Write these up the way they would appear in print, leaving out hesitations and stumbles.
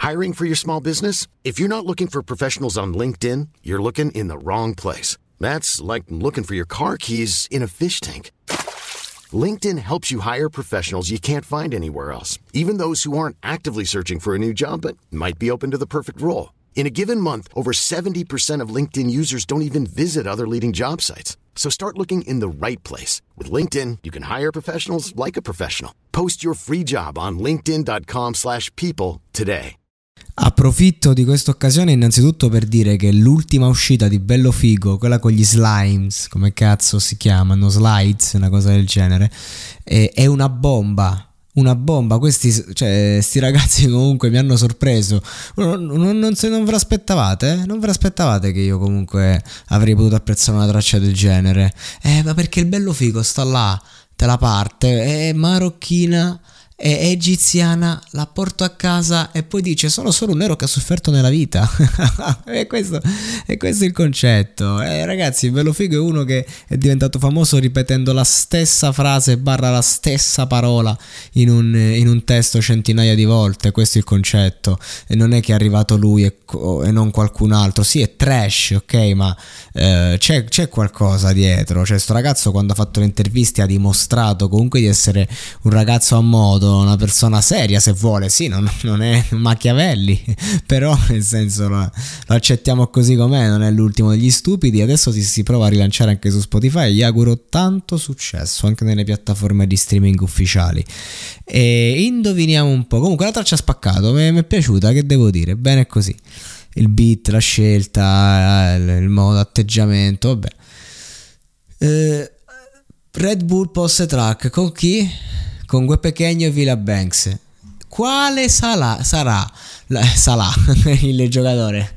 Hiring for your small business? If you're not looking for professionals on LinkedIn, you're looking in the wrong place. That's like looking for your car keys in a fish tank. LinkedIn helps you hire professionals you can't find anywhere else, even those who aren't actively searching for a new job but might be open to the perfect role. In a given month, over 70% of LinkedIn users don't even visit other leading job sites. So start looking in the right place. With LinkedIn, you can hire professionals like a professional. Post your free job on linkedin.com/people today. Approfitto di questa occasione innanzitutto per dire che l'ultima uscita di Bello Figo, quella con gli slimes, come cazzo si chiamano, slides, una cosa del genere, è una bomba. Una bomba. Sti ragazzi comunque mi hanno sorpreso. Non ve l'aspettavate? Non ve l'aspettavate che io comunque avrei potuto apprezzare una traccia del genere? Ma perché il Bello Figo sta là, te la parte, è marocchina, è egiziana, la porto a casa e poi dice sono solo un nero che ha sofferto nella vita. e questo è il concetto. Ragazzi, il Bello Figo è uno che è diventato famoso ripetendo la stessa frase barra la stessa parola in un testo centinaia di volte. Questo è il concetto, e non è che è arrivato lui e non qualcun altro. Sì, è trash, ok, ma c'è qualcosa dietro. Cioè, sto ragazzo, quando ha fatto le interviste, ha dimostrato comunque di essere un ragazzo a modo, una persona seria, se vuole. Sì, non è Machiavelli, però nel senso lo accettiamo così com'è, non è l'ultimo degli stupidi. Adesso si prova a rilanciare anche su Spotify, gli auguro tanto successo anche nelle piattaforme di streaming ufficiali. E indoviniamo un po'. Comunque la traccia ha spaccato, mi è piaciuta, che devo dire, bene così. Il beat, la scelta, il modo, l'atteggiamento, vabbè. Red Bull Posse Track con chi? Con Gue Pequeno e Villa Banks. Quale sarà il giocatore?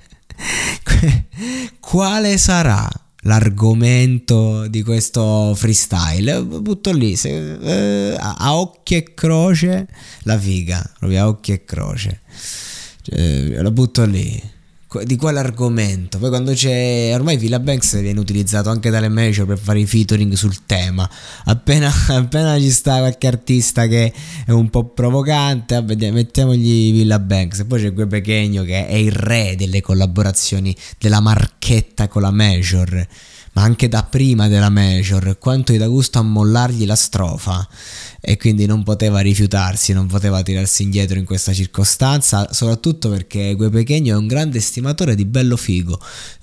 Quale sarà l'argomento di questo freestyle? Butto lì, a occhio e croce, la figa, proprio a occhio e croce, lo butto lì. Di quell'argomento. Poi quando c'è, ormai Villa Banks viene utilizzato anche dalle major per fare i featuring sul tema. Appena ci sta qualche artista che è un po' provocante, vabbè, mettiamogli Villa Banks. E poi c'è Gue Pequeno che è il re delle collaborazioni, della marchetta con la major, ma anche da prima della major. Quanto gli dà gusto a mollargli la strofa, e quindi non poteva rifiutarsi, non poteva tirarsi indietro in questa circostanza, soprattutto perché Gue Pequeno è un grande estimatore di Bello Figo.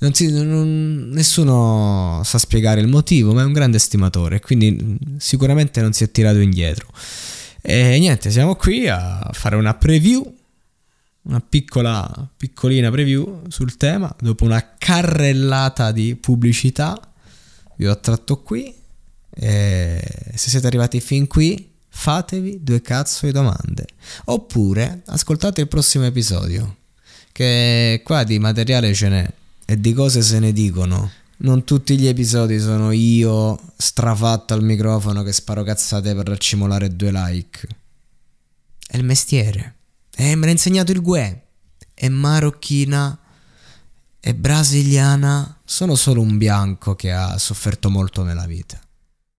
Nessuno sa spiegare il motivo, ma è un grande estimatore, quindi sicuramente non si è tirato indietro. E niente, siamo qui a fare una preview, una piccolina preview sul tema. Dopo una carrellata di pubblicità vi ho attratto qui, e se siete arrivati fin qui fatevi due cazzo di domande, oppure ascoltate il prossimo episodio, che qua di materiale ce n'è e di cose se ne dicono. Non tutti gli episodi sono io strafatto al microfono che sparo cazzate per raccimolare 2 like. È il mestiere. Me l'ha insegnato il Gue. È marocchina, è brasiliana, sono solo un bianco che ha sofferto molto nella vita.